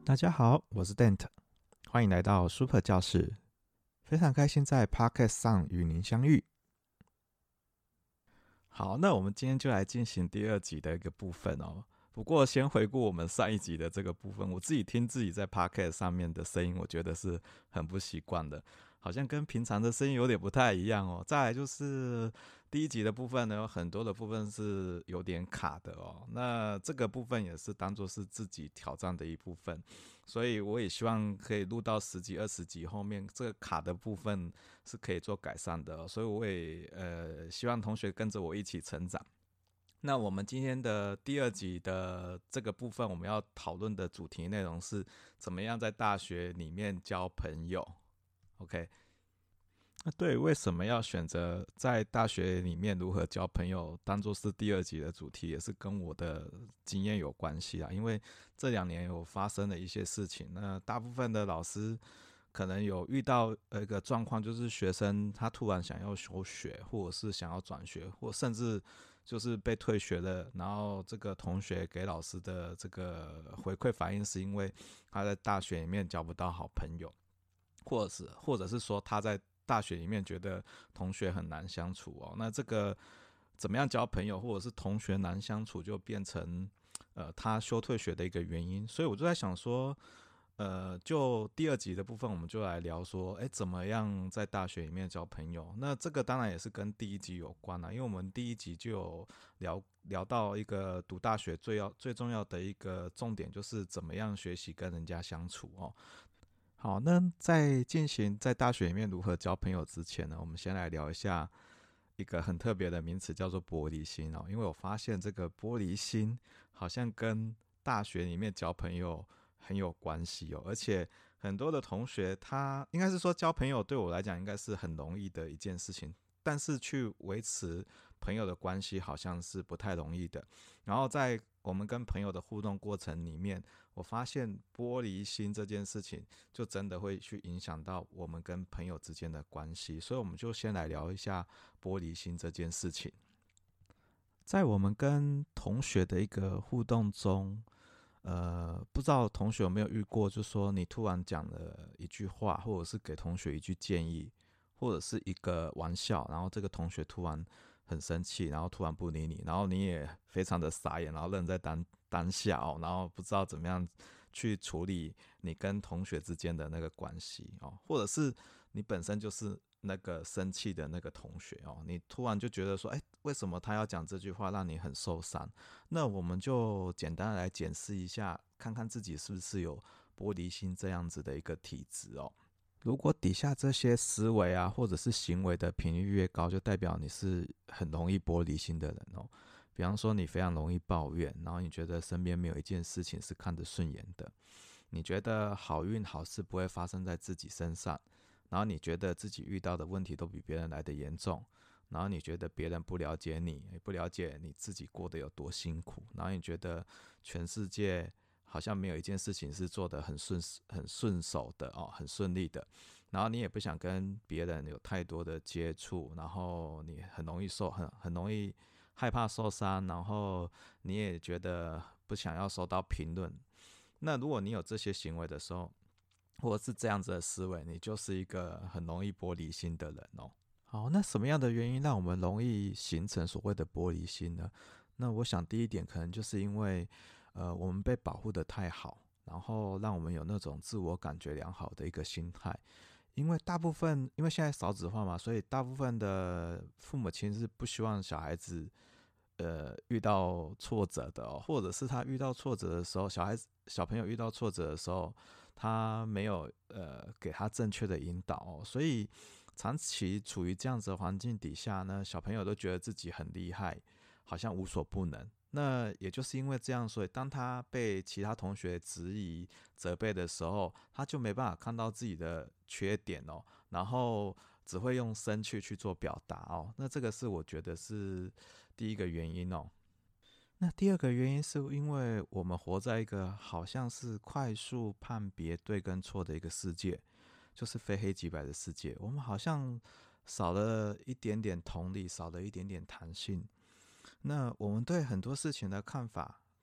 大家好，我是 Dent，欢迎来到 Super 教室，非常开心在 Podcast 上与您相遇。好，那我们今天就来进行第二集的一个部分哦。不过先回顾我们上一集的这个部分，我自己听自己在 Podcast 上面的声音，我觉得是很不习惯的，好像跟平常的声音有点不太一样哦。再来就是第一集的部分呢，有很多的部分是有点卡的哦。那这个部分也是当做是自己挑战的一部分，所以我也希望可以录到10集、20集后面，这个卡的部分是可以做改善的哦。所以我也希望同学跟着我一起成长。那我们今天的第二集的这个部分，我们要讨论的主题内容是怎么样在大学里面交朋友。OK，那对，为什么要选择在大学里面如何交朋友当做是第二集的主题，也是跟我的经验有关系啦。因为这2年有发生了一些事情，那大部分的老师可能有遇到一个状况，就是学生他突然想要休学，或者是想要转学，或甚至就是被退学了，然后这个同学给老师的这个回馈反应是因为他在大学里面交不到好朋友，或者是说他在大学里面觉得同学很难相处哦。那这个怎么样交朋友，或者是同学难相处，就变成他休退学的一个原因。所以我就在想说，就第二集的部分，我们就来聊说，怎么样在大学里面交朋友？那这个当然也是跟第一集有关啦，因为我们第一集就有聊到一个读大学最重要的一个重点，就是怎么样学习跟人家相处哦。好，那在进行在大学里面如何交朋友之前呢，我们先来聊一下一个很特别的名词，叫做玻璃心哦。因为我发现这个玻璃心好像跟大学里面交朋友很有关系哦，而且很多的同学他应该是说交朋友对我来讲应该是很容易的一件事情，但是去维持朋友的关系好像是不太容易的。然后在我们跟朋友的互动过程里面，我发现玻璃心这件事情就真的会去影响到我们跟朋友之间的关系，所以我们就先来聊一下玻璃心这件事情。在我们跟同学的一个互动中，不知道同学有没有遇过，就说你突然讲了一句话，或者是给同学一句建议，或者是一个玩笑，然后这个同学突然很生气，然后突然不理你，然后你也非常的傻眼，然后愣在当下哦，然后不知道怎么样去处理你跟同学之间的那个关系哦，或者是你本身就是那个生气的那个同学哦，你突然就觉得说，为什么他要讲这句话让你很受伤？那我们就简单来检视一下，看看自己是不是有玻璃心这样子的一个体质哦。如果底下这些思维啊，或者是行为的频率越高，就代表你是很容易玻璃心的人哦。比方说，你非常容易抱怨，然后你觉得身边没有一件事情是看得顺眼的，你觉得好运好事不会发生在自己身上，然后你觉得自己遇到的问题都比别人来得严重，然后你觉得别人不了解你，也不了解你自己过得有多辛苦，然后你觉得全世界好像没有一件事情是做得很顺手的哦，很顺利的，然后你也不想跟别人有太多的接触，然后你很容易很容易害怕受伤，然后你也觉得不想要收到评论。那如果你有这些行为的时候，或者是这样子的思维，你就是一个很容易玻璃心的人哦。好，那什么样的原因让我们容易形成所谓的玻璃心呢？那我想第一点可能就是因为，我们被保护的太好，然后让我们有那种自我感觉良好的一个心态。因为现在少子化嘛，所以大部分的父母亲是不希望小孩子，遇到挫折的哦，或者是他遇到挫折的时候，小朋友遇到挫折的时候，他没有给他正确的引导哦，所以长期处于这样子的环境底下呢，小朋友都觉得自己很厉害，好像无所不能。那也就是因为这样，所以当他被其他同学质疑、责备的时候，他就没办法看到自己的缺点哦，然后只会用生气去做表达哦。那这个是我觉得是第一个原因哦。那第二个原因是因为我们活在一个好像是快速判别对跟错的一个世界，就是非黑即白的世界。我们好像少了一点点同理，少了一点点弹性。那我们对很多事情的看法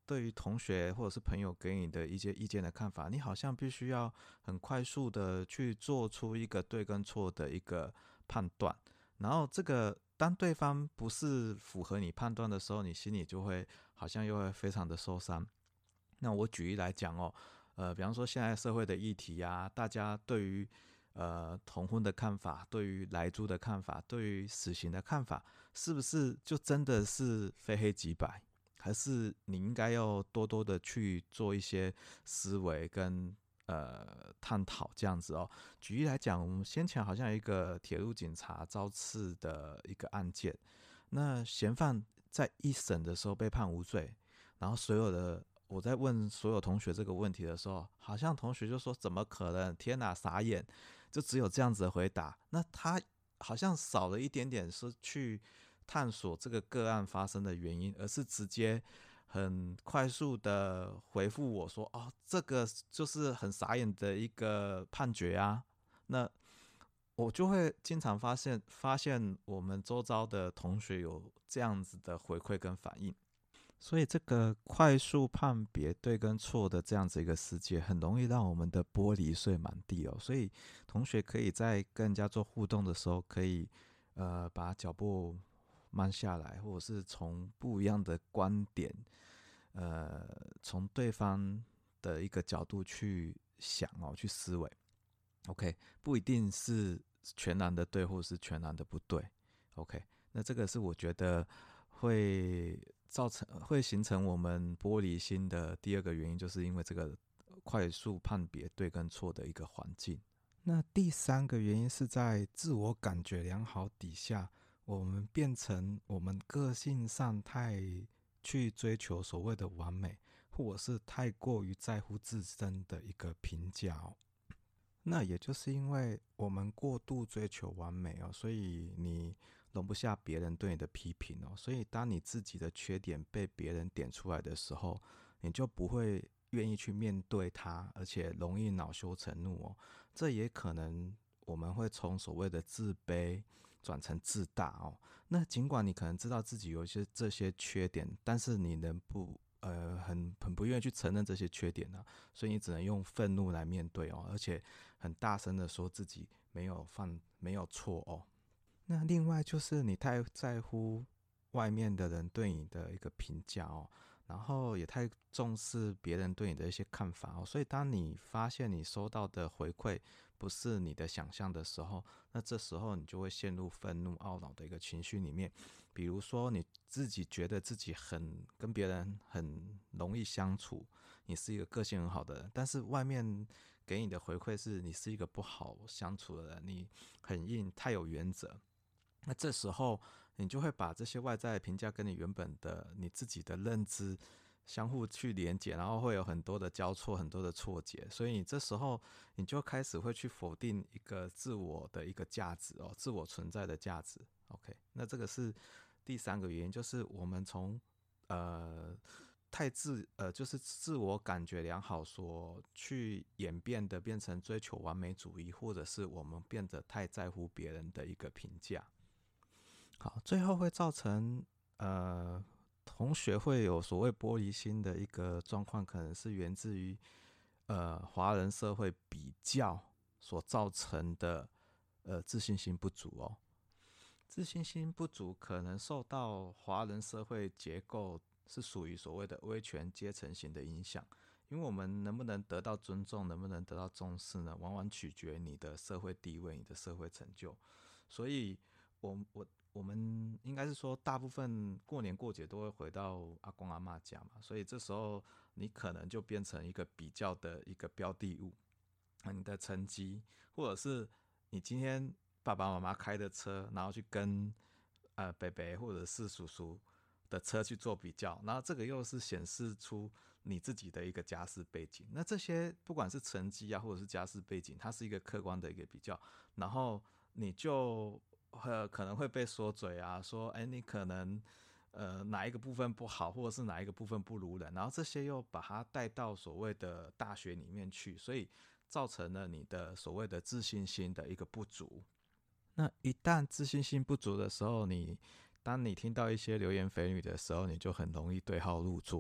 对于同学或者是朋友给你的一些意见的看法，你好像必须要很快速的去做出一个对跟错的一个判断，然后这个当对方不是符合你判断的时候，你心里就会好像又会非常的受伤。那我举例来讲哦，比方说现在社会的议题啊，大家对于同婚的看法，对于莱猪的看法，对于死刑的看法，是不是就真的是非黑即白？还是你应该要多多的去做一些思维跟探讨这样子哦？举例来讲，我们先前好像有一个铁路警察遭刺的一个案件，那嫌犯在一审的时候被判无罪，然后我在问所有同学这个问题的时候，好像同学就说怎么可能？天哪，傻眼！就只有这样子的回答。那他好像少了一点点是去探索这个个案发生的原因，而是直接很快速的回复我说：“哦，这个就是很傻眼的一个判决啊。”那我就会经常发现我们周遭的同学有这样子的回馈跟反应。所以这个快速判别对跟错的这样子一个世界，很容易让我们的玻璃碎满地哦。所以同学可以在跟人家做互动的时候，可以把脚步慢下来，或者是从不一样的观点，从对方的一个角度去想哦，去思维。OK，不一定是全然的对，或是全然的不对。OK，那这个是我觉得会会形成我们玻璃心的第二个原因，就是因为这个快速判别对跟错的一个环境。那第三个原因是在自我感觉良好底下，我们变成我们个性上太去追求所谓的完美，或者是太过于在乎自身的一个评价哦。那也就是因为我们过度追求完美哦，所以你容不下别人对你的批评哦，所以当你自己的缺点被别人点出来的时候，你就不会愿意去面对它，而且容易恼羞成怒哦。这也可能我们会从所谓的自卑转成自大哦。那尽管你可能知道自己有一些这些缺点，但是你能不很不愿意去承认这些缺点呢、所以你只能用愤怒来面对哦，而且很大声的说自己没有错哦。那另外就是你太在乎外面的人对你的一个评价哦，然后也太重视别人对你的一些看法哦，所以当你发现你收到的回馈不是你的想象的时候，那这时候你就会陷入愤怒、懊恼的一个情绪里面。比如说你自己觉得自己跟别人很容易相处，你是一个个性很好的人，但是外面给你的回馈是你是一个不好相处的人，你很硬，太有原则。那这时候你就会把这些外在的评价跟你原本的你自己的认知相互去连接，然后会有很多的交错，很多的错节，所以你这时候你就开始会去否定一个自我的一个价值哦，自我存在的价值。OK， 那这个是第三个原因，就是我们从呃就是自我感觉良好所去演变的，变成追求完美主义，或者是我们变得太在乎别人的一个评价。好，最后会造成同学会有所谓玻璃心的一个状况，可能是源自于华人社会比较所造成的自信心不足哦。自信心不足可能受到华人社会结构是属于所谓的威权阶层型的影响，因为我们能不能得到尊重，能不能得到重视呢，往往取决你的社会地位、你的社会成就。所以我们应该是说，大部分过年过节都会回到阿公阿嬷家嘛，所以这时候你可能就变成一个比较的一个标的物，你的成绩，或者是你今天爸爸妈妈开的车，然后去跟伯伯或者是叔叔的车去做比较，然后这个又是显示出你自己的一个家世背景。那这些不管是成绩啊，或者是家世背景，它是一个客观的一个比较，然后你就可能会被说嘴啊，说你可能哪一个部分不好，或者是哪一个部分不如人，然后这些又把它带到所谓的大学里面去，所以造成了你的所谓的自信心的一个不足。那一旦自信心不足的时候，当你听到一些流言蜚语的时候，你就很容易对号入座，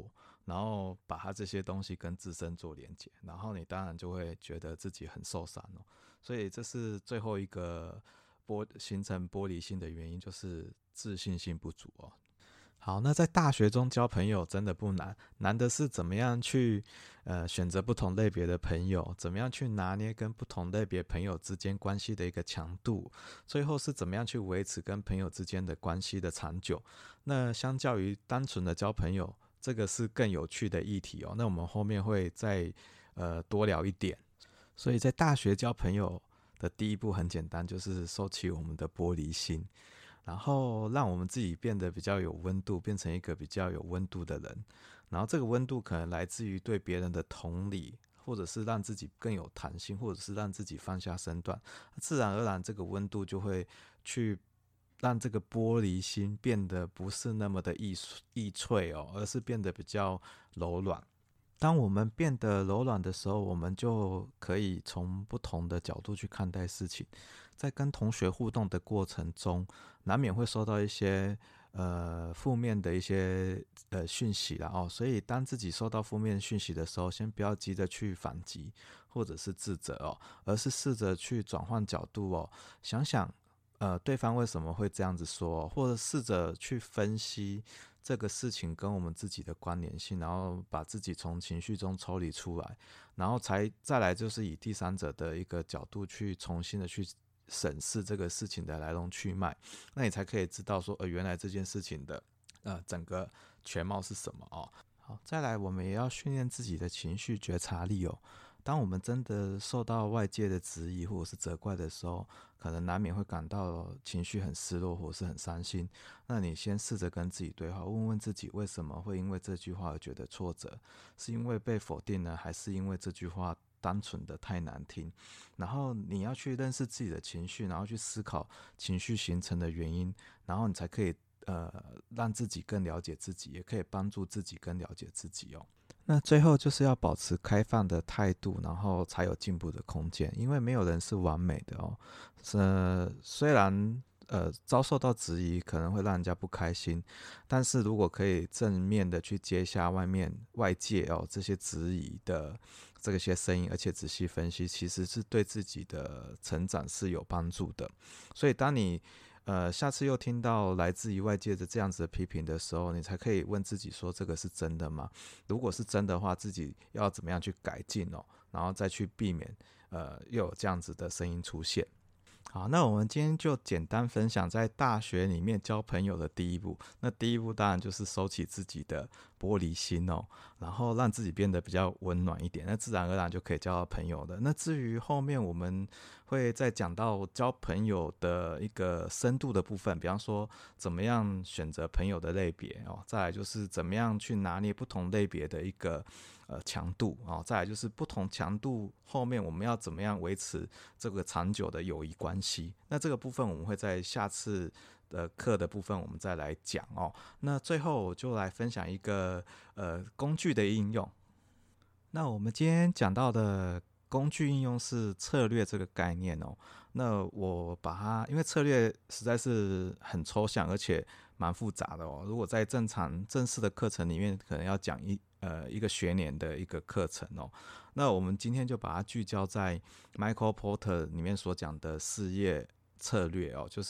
然后把它这些东西跟自身做连接，然后你当然就会觉得自己很受伤哦。所以这是最后一个形成玻璃心的原因，就是自信心不足哦。好，那在大学中交朋友真的不难，难的是怎么样去选择不同类别的朋友，怎么样去拿捏跟不同类别朋友之间关系的一个强度，最后是怎么样去维持跟朋友之间的关系的长久。那相较于单纯的交朋友，这个是更有趣的议题哦。那我们后面会再多聊一点。所以在大学交朋友的第一步很简单，就是收起我们的玻璃心。然后让我们自己变得比较有温度，变成一个比较有温度的人。然后这个温度可能来自于对别人的同理，或者是让自己更有弹性，或者是让自己放下身段。自然而然，这个温度就会去让这个玻璃心变得不是那么的易脆哦，而是变得比较柔软。当我们变得柔软的时候，我们就可以从不同的角度去看待事情。在跟同学互动的过程中，难免会收到一些负面的一些讯息啦哦，所以当自己收到负面讯息的时候，先不要急着去反击或者是自责哦，而是试着去转换角度哦，想想对方为什么会这样子说，或者试着去分析这个事情跟我们自己的关联性，然后把自己从情绪中抽离出来，然后再来就是以第三者的一个角度去重新的去审视这个事情的来龙去脉，那你才可以知道说，原来这件事情的整个全貌是什么哦。好，再来我们也要训练自己的情绪觉察力哦。当我们真的受到外界的质疑或者是责怪的时候，可能难免会感到情绪很失落或是很伤心。那你先试着跟自己对话，问问自己为什么会因为这句话而觉得挫折，是因为被否定呢，还是因为这句话单纯的太难听？然后你要去认识自己的情绪，然后去思考情绪形成的原因，然后你才可以让自己更了解自己，也可以帮助自己更了解自己哦。那最后就是要保持开放的态度，然后才有进步的空间，因为没有人是完美的哦。虽然遭受到质疑可能会让人家不开心，但是如果可以正面的去接下外界哦这些质疑的这些声音，而且仔细分析，其实是对自己的成长是有帮助的。所以当你下次又听到来自于外界的这样子的批评的时候，你才可以问自己说，这个是真的吗？如果是真的话，自己要怎么样去改进哦，然后再去避免又有这样子的声音出现。好，那我们今天就简单分享在大学里面交朋友的第一步。那第一步当然就是收起自己的玻璃心哦，然后让自己变得比较温暖一点，那自然而然就可以交到朋友的。那至于后面我们会再讲到交朋友的一个深度的部分，比方说怎么样选择朋友的类别哦，再来就是怎么样去拿捏不同类别的一个强度哦，再来就是不同强度后面我们要怎么样维持这个长久的友谊关系。那这个部分我们会在下次的课的部分我们再来讲哦。那最后我就来分享一个工具的应用。那我们今天讲到的工具应用是策略这个概念哦。那我把它，因为策略实在是很抽象，而且蛮复杂的哦。如果在正式的课程里面，可能要讲一个学年的一个课程哦。那我们今天就把它聚焦在 Michael Porter 里面所讲的事业策略哦，就是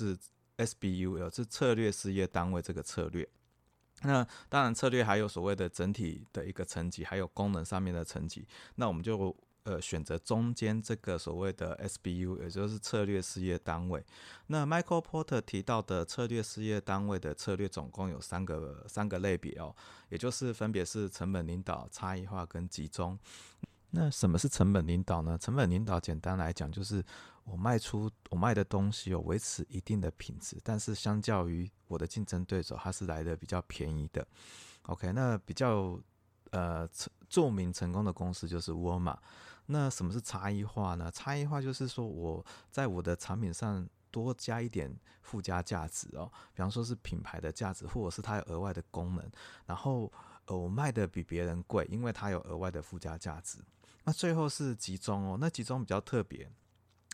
SBU，是策略事业单位这个策略。那当然，策略还有所谓的整体的一个层级，还有功能上面的层级。那我们就选择中间这个所谓的 SBU， 也就是策略事业单位。那 Michael Porter 提到的策略事业单位的策略总共有三个类别哦，也就是分别是成本领导、差异化跟集中。那什么是成本领导呢？成本领导简单来讲就是我卖的东西有维持一定的品质，但是相较于我的竞争对手，它是来的比较便宜的。OK， 那比较著名成功的公司就是沃尔玛。那什么是差异化呢？差异化就是说我在我的产品上多加一点附加价值哦，比方说是品牌的价值，或者是它有额外的功能，然后我卖的比别人贵，因为它有额外的附加价值。那最后是集中哦，那集中比较特别，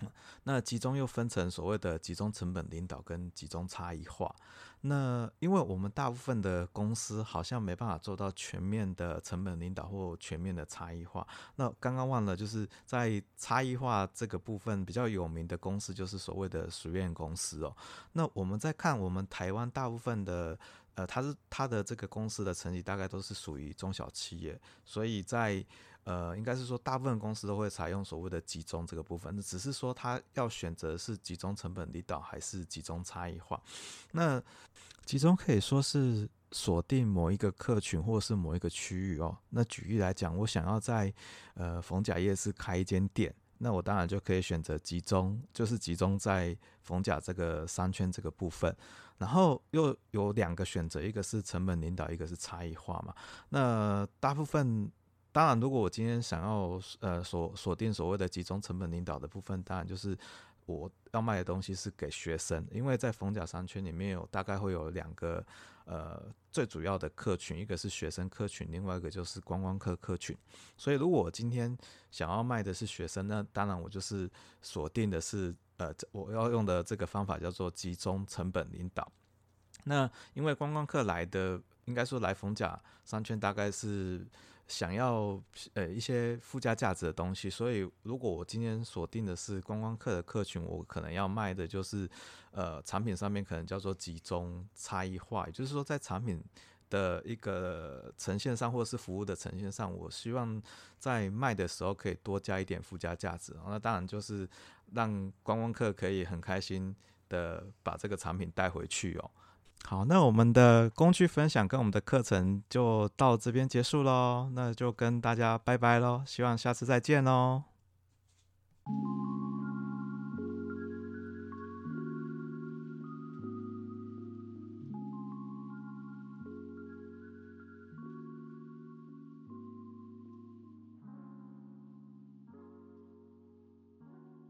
那集中又分成所谓的集中成本领导跟集中差异化。那因为我们大部分的公司好像没办法做到全面的成本领导或全面的差异化。那刚刚忘了，就是在差异化这个部分比较有名的公司就是所谓的实验公司哦。那我们在看我们台湾大部分的它的这个公司的成绩大概都是属于中小企业，所以在应该是说大部分公司都会采用所谓的集中这个部分，只是说它要选择是集中成本领导还是集中差异化。那集中可以说是锁定某一个客群或是某一个区域哦。那举例来讲，我想要在逢甲夜市开一间店，那我当然就可以选择集中，就是集中在逢甲这个商圈这个部分。然后又有两个选择，一个是成本领导，一个是差异化嘛。那大部分当然，如果我今天想要锁定所谓的集中成本领导的部分，当然就是我要卖的东西是给学生，因为在逢甲商圈里面大概会有两个最主要的客群，一个是学生客群，另外一个就是观光客群。所以如果我今天想要卖的是学生，那当然我就是锁定的是我要用的这个方法叫做集中成本领导。那因为观光客来的，应该说来逢甲商圈大概是想要一些附加价值的东西，所以如果我今天锁定的是观光客的客群，我可能要卖的就是产品上面可能叫做集中差异化，也就是说在产品的一个呈现上，或者是服务的呈现上，我希望在卖的时候可以多加一点附加价值。那当然就是让观光客可以很开心的把这个产品带回去哦。好，那我们的工具分享跟我们的课程就到这边结束咯，那就跟大家拜拜咯，希望下次再见咯。